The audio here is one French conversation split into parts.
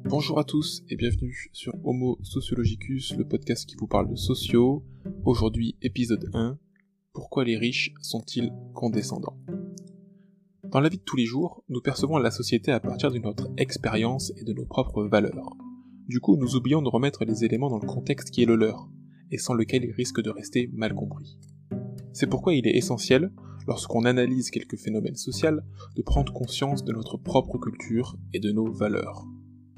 Bonjour à tous et bienvenue sur Homo Sociologicus, le podcast qui vous parle de sociaux. Aujourd'hui, épisode 1, pourquoi les riches sont-ils condescendants ? Dans la vie de tous les jours, nous percevons la société à partir de notre expérience et de nos propres valeurs. Du coup, nous oublions de remettre les éléments dans le contexte qui est le leur, et sans lequel ils risquent de rester mal compris. C'est pourquoi il est essentiel, lorsqu'on analyse quelques phénomènes sociaux, de prendre conscience de notre propre culture et de nos valeurs.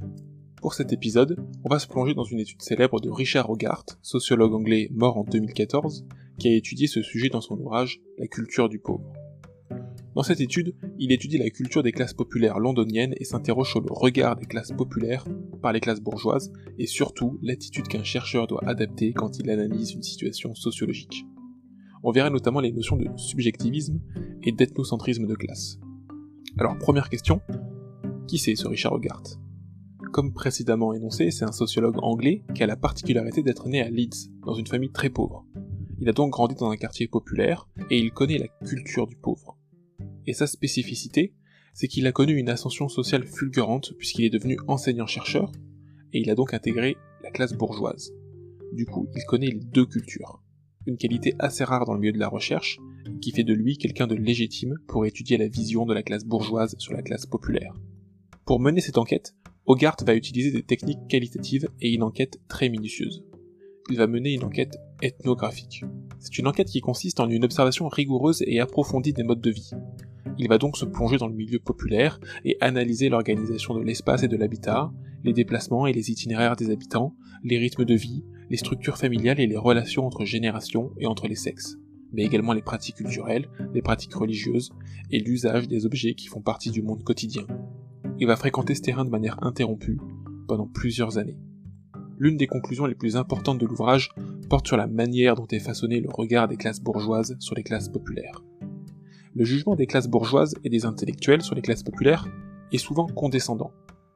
Pour cet épisode, on va se plonger dans une étude célèbre de Richard Hogarth, sociologue anglais mort en 2014, qui a étudié ce sujet dans son ouvrage « La culture du pauvre ». Dans cette étude, il étudie la culture des classes populaires londoniennes et s'interroge sur le regard des classes populaires par les classes bourgeoises et surtout l'attitude qu'un chercheur doit adapter quand il analyse une situation sociologique. On verra notamment les notions de subjectivisme et d'ethnocentrisme de classe. Alors première question, qui c'est ce Richard Hogarth ? Comme précédemment énoncé, c'est un sociologue anglais qui a la particularité d'être né à Leeds, dans une famille très pauvre. Il a donc grandi dans un quartier populaire et il connaît la culture du pauvre. Et sa spécificité, c'est qu'il a connu une ascension sociale fulgurante puisqu'il est devenu enseignant-chercheur et il a donc intégré la classe bourgeoise. Du coup, il connaît les deux cultures. Une qualité assez rare dans le milieu de la recherche, qui fait de lui quelqu'un de légitime pour étudier la vision de la classe bourgeoise sur la classe populaire. Pour mener cette enquête, Hogarth va utiliser des techniques qualitatives et une enquête très minutieuse. Il va mener une enquête ethnographique. C'est une enquête qui consiste en une observation rigoureuse et approfondie des modes de vie. Il va donc se plonger dans le milieu populaire et analyser l'organisation de l'espace et de l'habitat, les déplacements et les itinéraires des habitants, les rythmes de vie, les structures familiales et les relations entre générations et entre les sexes, mais également les pratiques culturelles, les pratiques religieuses et l'usage des objets qui font partie du monde quotidien. Il va fréquenter ce terrain de manière interrompue pendant plusieurs années. L'une des conclusions les plus importantes de l'ouvrage porte sur la manière dont est façonné le regard des classes bourgeoises sur les classes populaires. Le jugement des classes bourgeoises et des intellectuels sur les classes populaires est souvent condescendant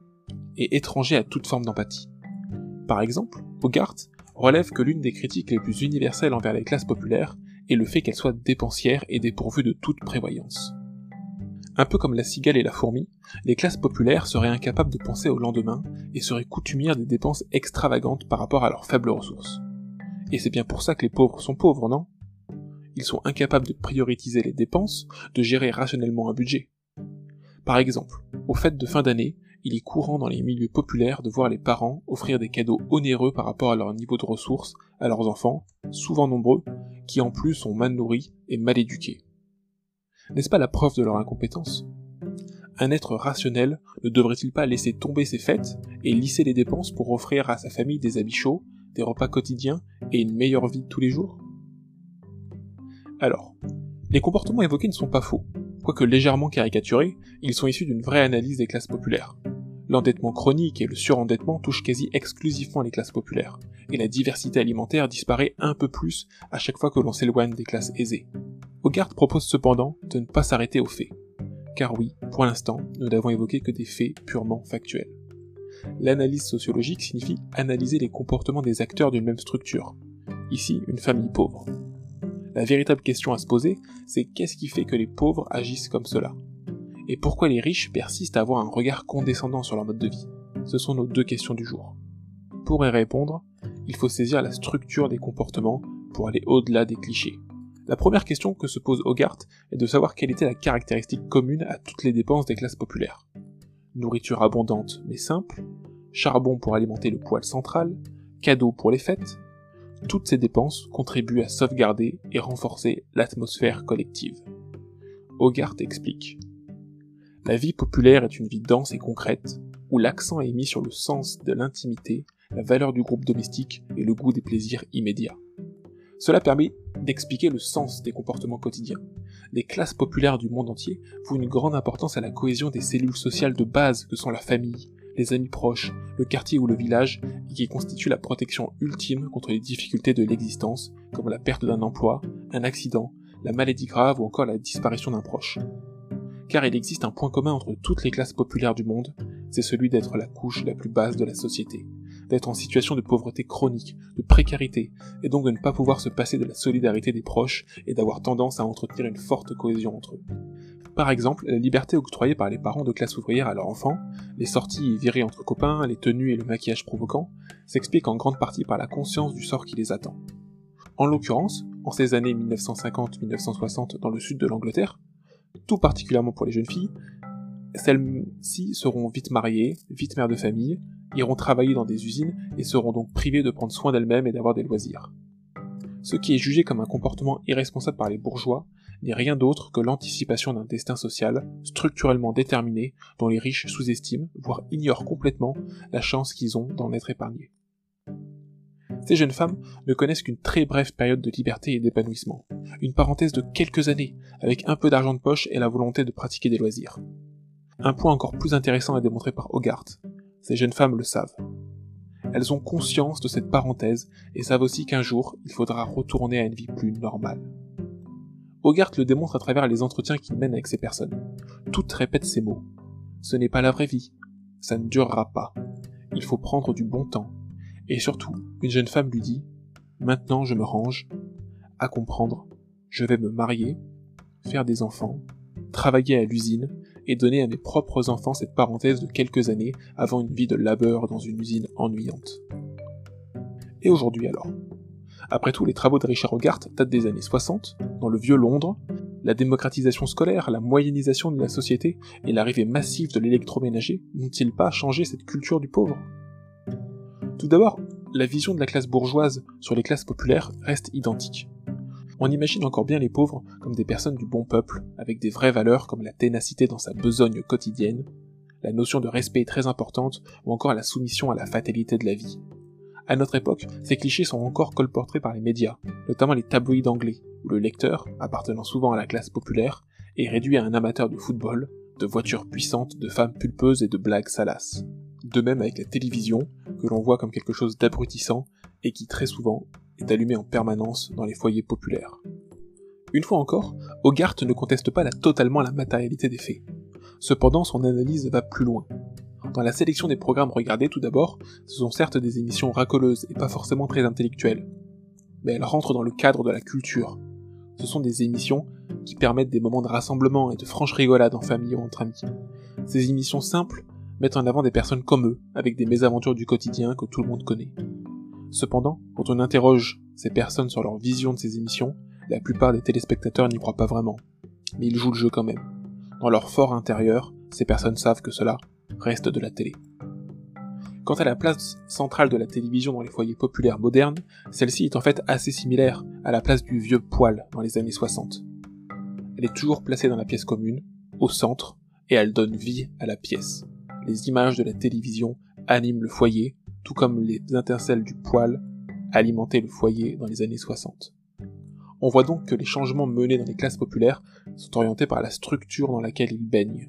et étranger à toute forme d'empathie. Par exemple, Hogarth relève que l'une des critiques les plus universelles envers les classes populaires est le fait qu'elles soient dépensières et dépourvues de toute prévoyance. Un peu comme la cigale et la fourmi, les classes populaires seraient incapables de penser au lendemain et seraient coutumières des dépenses extravagantes par rapport à leurs faibles ressources. Et c'est bien pour ça que les pauvres sont pauvres, non ? Ils sont incapables de prioriser les dépenses, de gérer rationnellement un budget. Par exemple, aux fêtes de fin d'année, il est courant dans les milieux populaires de voir les parents offrir des cadeaux onéreux par rapport à leur niveau de ressources à leurs enfants, souvent nombreux, qui en plus sont mal nourris et mal éduqués. N'est-ce pas la preuve de leur incompétence ? Un être rationnel ne devrait-il pas laisser tomber ses fêtes et lisser les dépenses pour offrir à sa famille des habits chauds, des repas quotidiens et une meilleure vie tous les jours ? Alors, les comportements évoqués ne sont pas faux. Quoique légèrement caricaturés, ils sont issus d'une vraie analyse des classes populaires. L'endettement chronique et le surendettement touchent quasi exclusivement les classes populaires, et la diversité alimentaire disparaît un peu plus à chaque fois que l'on s'éloigne des classes aisées. Hogarth propose cependant de ne pas s'arrêter aux faits. Car oui, pour l'instant, nous n'avons évoqué que des faits purement factuels. L'analyse sociologique signifie analyser les comportements des acteurs d'une même structure. Ici, une famille pauvre. La véritable question à se poser, c'est qu'est-ce qui fait que les pauvres agissent comme cela ? Et pourquoi les riches persistent à avoir un regard condescendant sur leur mode de vie ? Ce sont nos deux questions du jour. Pour y répondre, il faut saisir la structure des comportements pour aller au-delà des clichés. La première question que se pose Hogarth est de savoir quelle était la caractéristique commune à toutes les dépenses des classes populaires. Nourriture abondante mais simple, charbon pour alimenter le poêle central, cadeaux pour les fêtes. Toutes ces dépenses contribuent à sauvegarder et renforcer l'atmosphère collective. Hogarth explique. La vie populaire est une vie dense et concrète, où l'accent est mis sur le sens de l'intimité, la valeur du groupe domestique et le goût des plaisirs immédiats. Cela permet d'expliquer le sens des comportements quotidiens. Les classes populaires du monde entier font une grande importance à la cohésion des cellules sociales de base que sont la famille, les amis proches, le quartier ou le village, et qui constituent la protection ultime contre les difficultés de l'existence, comme la perte d'un emploi, un accident, la maladie grave ou encore la disparition d'un proche. Car il existe un point commun entre toutes les classes populaires du monde, c'est celui d'être la couche la plus basse de la société, d'être en situation de pauvreté chronique, de précarité, et donc de ne pas pouvoir se passer de la solidarité des proches et d'avoir tendance à entretenir une forte cohésion entre eux. Par exemple, la liberté octroyée par les parents de classe ouvrière à leurs enfants, les sorties et virées entre copains, les tenues et le maquillage provoquant, s'explique en grande partie par la conscience du sort qui les attend. En l'occurrence, en ces années 1950-1960 dans le sud de l'Angleterre, tout particulièrement pour les jeunes filles, celles-ci seront vite mariées, vite mères de famille, iront travailler dans des usines et seront donc privées de prendre soin d'elles-mêmes et d'avoir des loisirs. Ce qui est jugé comme un comportement irresponsable par les bourgeois n'est rien d'autre que l'anticipation d'un destin social, structurellement déterminé, dont les riches sous-estiment, voire ignorent complètement, la chance qu'ils ont d'en être épargnés. Ces jeunes femmes ne connaissent qu'une très brève période de liberté et d'épanouissement, une parenthèse de quelques années, avec un peu d'argent de poche et la volonté de pratiquer des loisirs. Un point encore plus intéressant à démontrer par Hogarth, ces jeunes femmes le savent. Elles ont conscience de cette parenthèse et savent aussi qu'un jour, il faudra retourner à une vie plus normale. Hogarth le démontre à travers les entretiens qu'il mène avec ces personnes. Toutes répètent ces mots. Ce n'est pas la vraie vie. Ça ne durera pas. Il faut prendre du bon temps. Et surtout, une jeune femme lui dit « Maintenant je me range. À comprendre, je vais me marier, faire des enfants, travailler à l'usine et donner à mes propres enfants cette parenthèse de quelques années avant une vie de labeur dans une usine ennuyante. » Et aujourd'hui alors ? Après tout, les travaux de Richard Hogarth datent des années 60, dans le vieux Londres, la démocratisation scolaire, la moyennisation de la société et l'arrivée massive de l'électroménager n'ont-ils pas changé cette culture du pauvre ? Tout d'abord, la vision de la classe bourgeoise sur les classes populaires reste identique. On imagine encore bien les pauvres comme des personnes du bon peuple, avec des vraies valeurs comme la ténacité dans sa besogne quotidienne, la notion de respect très importante ou encore la soumission à la fatalité de la vie. À notre époque, ces clichés sont encore colportés par les médias, notamment les tabloïds anglais, où le lecteur, appartenant souvent à la classe populaire, est réduit à un amateur de football, de voitures puissantes, de femmes pulpeuses et de blagues salaces. De même avec la télévision, que l'on voit comme quelque chose d'abrutissant et qui très souvent est allumé en permanence dans les foyers populaires. Une fois encore, Hogarth ne conteste pas totalement la matérialité des faits. Cependant, son analyse va plus loin. Dans la sélection des programmes regardés tout d'abord, ce sont certes des émissions racoleuses et pas forcément très intellectuelles, mais elles rentrent dans le cadre de la culture. Ce sont des émissions qui permettent des moments de rassemblement et de franche rigolade en famille ou entre amis. Ces émissions simples mettent en avant des personnes comme eux, avec des mésaventures du quotidien que tout le monde connaît. Cependant, quand on interroge ces personnes sur leur vision de ces émissions, la plupart des téléspectateurs n'y croient pas vraiment. Mais ils jouent le jeu quand même. Dans leur fort intérieur, ces personnes savent que cela reste de la télé. Quant à la place centrale de la télévision dans les foyers populaires modernes, celle-ci est en fait assez similaire à la place du vieux poêle dans les années 60. Elle est toujours placée dans la pièce commune, au centre, et elle donne vie à la pièce. Les images de la télévision animent le foyer, tout comme les étincelles du poêle alimentaient le foyer dans les années 60. On voit donc que les changements menés dans les classes populaires sont orientés par la structure dans laquelle ils baignent.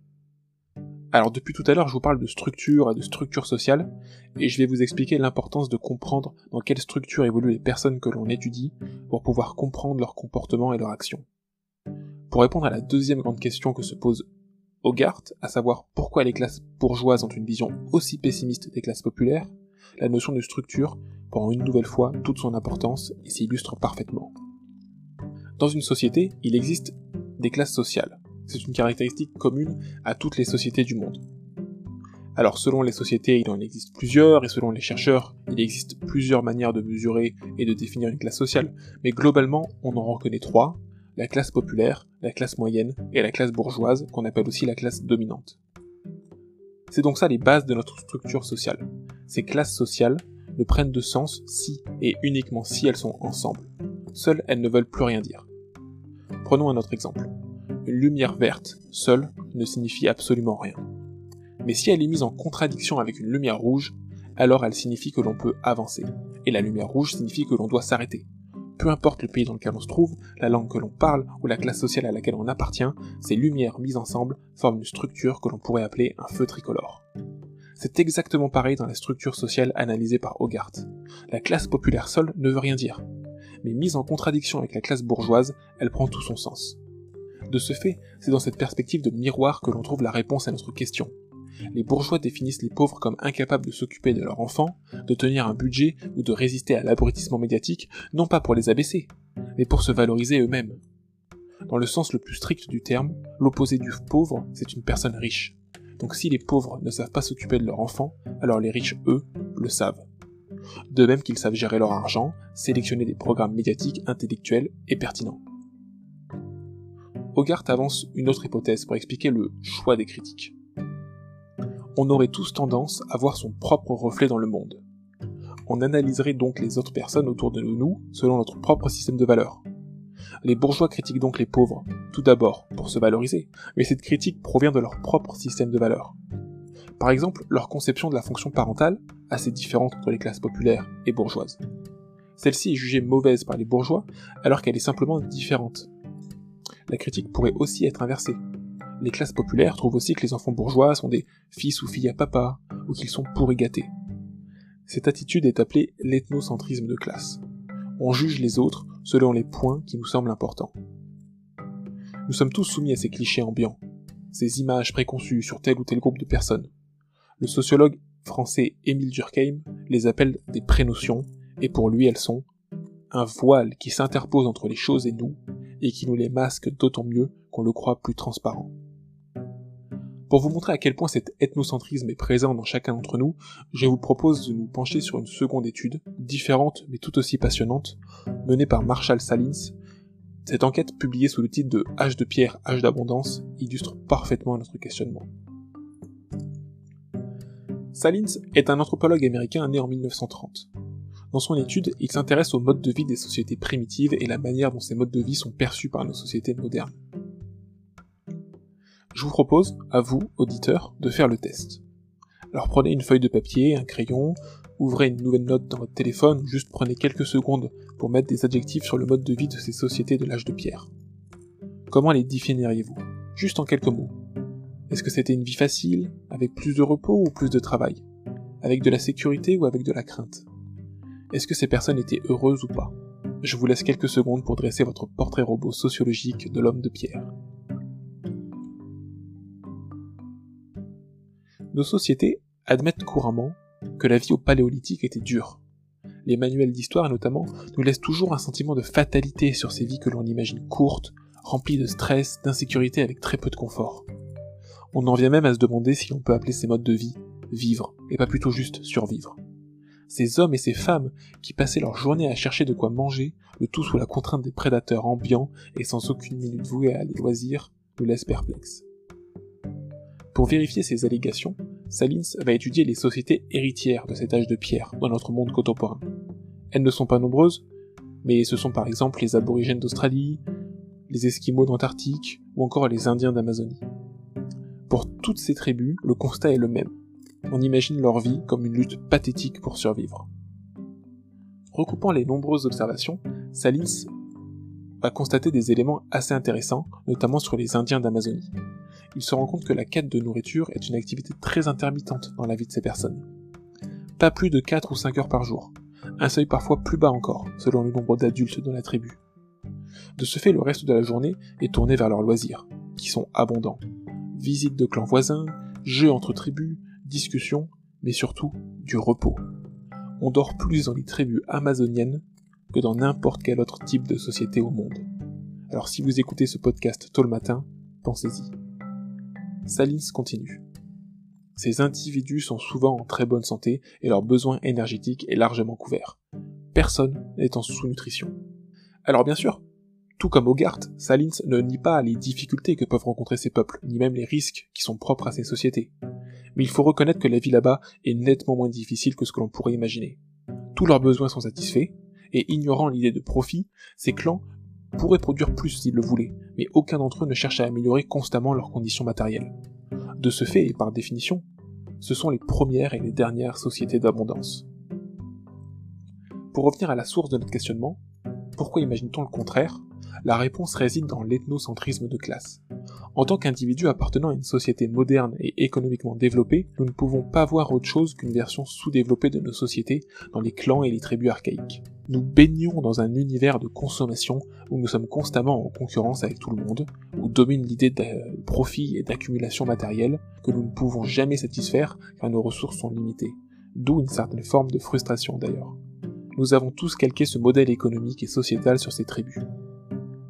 Alors depuis tout à l'heure, je vous parle de structure et de structure sociale, et je vais vous expliquer l'importance de comprendre dans quelle structure évoluent les personnes que l'on étudie pour pouvoir comprendre leur comportement et leur action. Pour répondre à la deuxième grande question que se pose Hogarth, à savoir pourquoi les classes bourgeoises ont une vision aussi pessimiste des classes populaires, la notion de structure prend une nouvelle fois toute son importance et s'illustre parfaitement. Dans une société, il existe des classes sociales. C'est une caractéristique commune à toutes les sociétés du monde. Alors selon les sociétés, il en existe plusieurs, et selon les chercheurs, il existe plusieurs manières de mesurer et de définir une classe sociale, mais globalement, on en reconnaît trois: la classe populaire, la classe moyenne et la classe bourgeoise, qu'on appelle aussi la classe dominante. C'est donc ça les bases de notre structure sociale. Ces classes sociales ne prennent de sens si et uniquement si elles sont ensemble. Seules, elles ne veulent plus rien dire. Prenons un autre exemple. Une lumière verte, seule, ne signifie absolument rien. Mais si elle est mise en contradiction avec une lumière rouge, alors elle signifie que l'on peut avancer. Et la lumière rouge signifie que l'on doit s'arrêter. Peu importe le pays dans lequel on se trouve, la langue que l'on parle ou la classe sociale à laquelle on appartient, ces lumières mises ensemble forment une structure que l'on pourrait appeler un feu tricolore. C'est exactement pareil dans la structure sociale analysée par Hogarth. La classe populaire seule ne veut rien dire. Mais mise en contradiction avec la classe bourgeoise, elle prend tout son sens. De ce fait, c'est dans cette perspective de miroir que l'on trouve la réponse à notre question. Les bourgeois définissent les pauvres comme incapables de s'occuper de leurs enfants, de tenir un budget ou de résister à l'abrutissement médiatique, non pas pour les abaisser, mais pour se valoriser eux-mêmes. Dans le sens le plus strict du terme, l'opposé du pauvre, c'est une personne riche. Donc si les pauvres ne savent pas s'occuper de leur enfant, alors les riches, eux, le savent. De même qu'ils savent gérer leur argent, sélectionner des programmes médiatiques intellectuels et pertinents. Hogarth avance une autre hypothèse pour expliquer le choix des critiques. On aurait tous tendance à voir son propre reflet dans le monde. On analyserait donc les autres personnes autour de nous selon notre propre système de valeurs. Les bourgeois critiquent donc les pauvres, tout d'abord pour se valoriser, mais cette critique provient de leur propre système de valeurs. Par exemple, leur conception de la fonction parentale, assez différente entre les classes populaires et bourgeoises. Celle-ci est jugée mauvaise par les bourgeois, alors qu'elle est simplement différente. La critique pourrait aussi être inversée. Les classes populaires trouvent aussi que les enfants bourgeois sont des fils ou filles à papa, ou qu'ils sont pourri gâtés. Cette attitude est appelée l'ethnocentrisme de classe. On juge les autres selon les points qui nous semblent importants. Nous sommes tous soumis à ces clichés ambiants, ces images préconçues sur tel ou tel groupe de personnes. Le sociologue français Émile Durkheim les appelle des prénotions, et pour lui elles sont un voile qui s'interpose entre les choses et nous, et qui nous les masque d'autant mieux qu'on le croit plus transparent. Pour vous montrer à quel point cet ethnocentrisme est présent dans chacun d'entre nous, je vous propose de nous pencher sur une seconde étude, différente mais tout aussi passionnante, menée par Marshall Salins. Cette enquête, publiée sous le titre de « Âge de pierre, âge d'abondance », illustre parfaitement notre questionnement. Salins est un anthropologue américain né en 1930. Dans son étude, il s'intéresse au mode de vie des sociétés primitives et la manière dont ces modes de vie sont perçus par nos sociétés modernes. Je vous propose, à vous, auditeurs, de faire le test. Alors prenez une feuille de papier, un crayon, ouvrez une nouvelle note dans votre téléphone, ou juste prenez quelques secondes pour mettre des adjectifs sur le mode de vie de ces sociétés de l'âge de pierre. Comment les définiriez-vous? Juste en quelques mots. Est-ce que c'était une vie facile, avec plus de repos ou plus de travail? Avec de la sécurité ou avec de la crainte? Est-ce que ces personnes étaient heureuses ou pas? Je vous laisse quelques secondes pour dresser votre portrait robot sociologique de l'homme de pierre. Nos sociétés admettent couramment que la vie au paléolithique était dure. Les manuels d'histoire notamment nous laissent toujours un sentiment de fatalité sur ces vies que l'on imagine courtes, remplies de stress, d'insécurité avec très peu de confort. On en vient même à se demander si on peut appeler ces modes de vie vivre, et pas plutôt juste survivre. Ces hommes et ces femmes qui passaient leur journée à chercher de quoi manger, le tout sous la contrainte des prédateurs ambiants et sans aucune minute vouée à des loisirs, nous laissent perplexes. Pour vérifier ces allégations, Salins va étudier les sociétés héritières de cet âge de pierre dans notre monde contemporain. Elles ne sont pas nombreuses, mais ce sont par exemple les aborigènes d'Australie, les Esquimaux d'Antarctique ou encore les Indiens d'Amazonie. Pour toutes ces tribus, le constat est le même. On imagine leur vie comme une lutte pathétique pour survivre. Recoupant les nombreuses observations, Salins va constater des éléments assez intéressants, notamment sur les Indiens d'Amazonie. Il se rend compte que la quête de nourriture est une activité très intermittente dans la vie de ces personnes. Pas plus de 4 ou 5 heures par jour, un seuil parfois plus bas encore, selon le nombre d'adultes dans la tribu. De ce fait, le reste de la journée est tourné vers leurs loisirs, qui sont abondants. Visites de clans voisins, jeux entre tribus, discussions, mais surtout du repos. On dort plus dans les tribus amazoniennes que dans n'importe quel autre type de société au monde. Alors si vous écoutez ce podcast tôt le matin, pensez-y. Salins continue. Ces individus sont souvent en très bonne santé et leur besoin énergétique est largement couvert. Personne n'est en sous-nutrition. Alors bien sûr, tout comme Hogarth, Salins ne nie pas les difficultés que peuvent rencontrer ces peuples, ni même les risques qui sont propres à ces sociétés. Mais il faut reconnaître que la vie là-bas est nettement moins difficile que ce que l'on pourrait imaginer. Tous leurs besoins sont satisfaits, et ignorant l'idée de profit, ces clans pourraient produire plus s'ils le voulaient, mais aucun d'entre eux ne cherche à améliorer constamment leurs conditions matérielles. De ce fait, et par définition, ce sont les premières et les dernières sociétés d'abondance. Pour revenir à la source de notre questionnement, pourquoi imagine-t-on le contraire? La réponse réside dans l'ethnocentrisme de classe. En tant qu'individu appartenant à une société moderne et économiquement développée, nous ne pouvons pas voir autre chose qu'une version sous-développée de nos sociétés dans les clans et les tribus archaïques. Nous baignons dans un univers de consommation où nous sommes constamment en concurrence avec tout le monde, où domine l'idée de profit et d'accumulation matérielle que nous ne pouvons jamais satisfaire car nos ressources sont limitées, d'où une certaine forme de frustration d'ailleurs. Nous avons tous calqué ce modèle économique et sociétal sur ces tribus.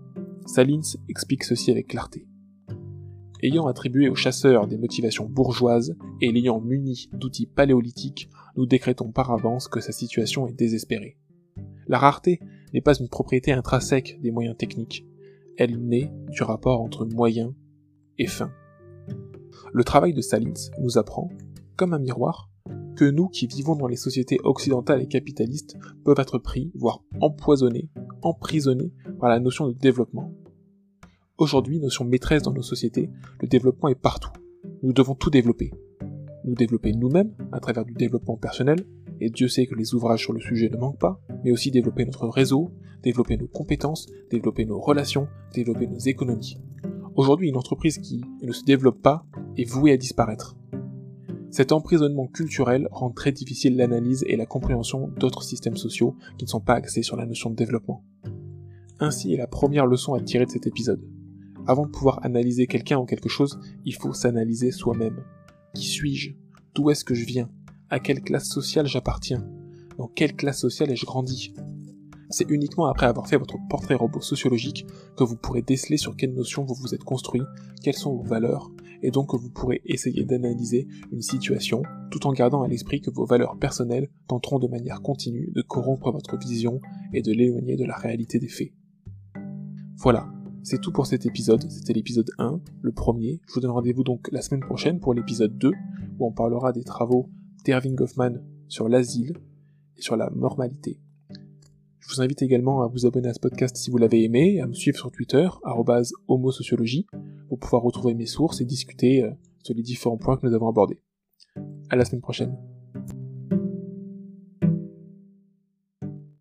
Salins explique ceci avec clarté. Ayant attribué aux chasseurs des motivations bourgeoises et l'ayant muni d'outils paléolithiques, nous décrétons par avance que sa situation est désespérée. La rareté n'est pas une propriété intrinsèque des moyens techniques, elle naît du rapport entre moyens et fins. Le travail de Salins nous apprend, comme un miroir, que nous qui vivons dans les sociétés occidentales et capitalistes peuvent être pris, voire empoisonnés, emprisonnés par la notion de développement. Aujourd'hui, notion maîtresse dans nos sociétés, le développement est partout. Nous devons tout développer. Nous développer nous-mêmes, à travers du développement personnel, et Dieu sait que les ouvrages sur le sujet ne manquent pas, mais aussi développer notre réseau, développer nos compétences, développer nos relations, développer nos économies. Aujourd'hui, une entreprise qui ne se développe pas est vouée à disparaître. Cet emprisonnement culturel rend très difficile l'analyse et la compréhension d'autres systèmes sociaux qui ne sont pas axés sur la notion de développement. Ainsi est la première leçon à tirer de cet épisode. Avant de pouvoir analyser quelqu'un ou quelque chose, il faut s'analyser soi-même. Qui suis-je? D'où est-ce que je viens? À quelle classe sociale j'appartiens? Dans quelle classe sociale ai-je grandi? C'est uniquement après avoir fait votre portrait robot sociologique que vous pourrez déceler sur quelles notions vous vous êtes construit, quelles sont vos valeurs, et donc que vous pourrez essayer d'analyser une situation, tout en gardant à l'esprit que vos valeurs personnelles tenteront de manière continue de corrompre votre vision et de l'éloigner de la réalité des faits. Voilà. C'est tout pour cet épisode, c'était l'épisode 1, le premier. Je vous donne rendez-vous donc la semaine prochaine pour l'épisode 2, où on parlera des travaux d'Erving Goffman sur l'asile et sur la normalité. Je vous invite également à vous abonner à ce podcast si vous l'avez aimé, et à me suivre sur Twitter, @homosociologie, pour pouvoir retrouver mes sources et discuter sur les différents points que nous avons abordés. À la semaine prochaine.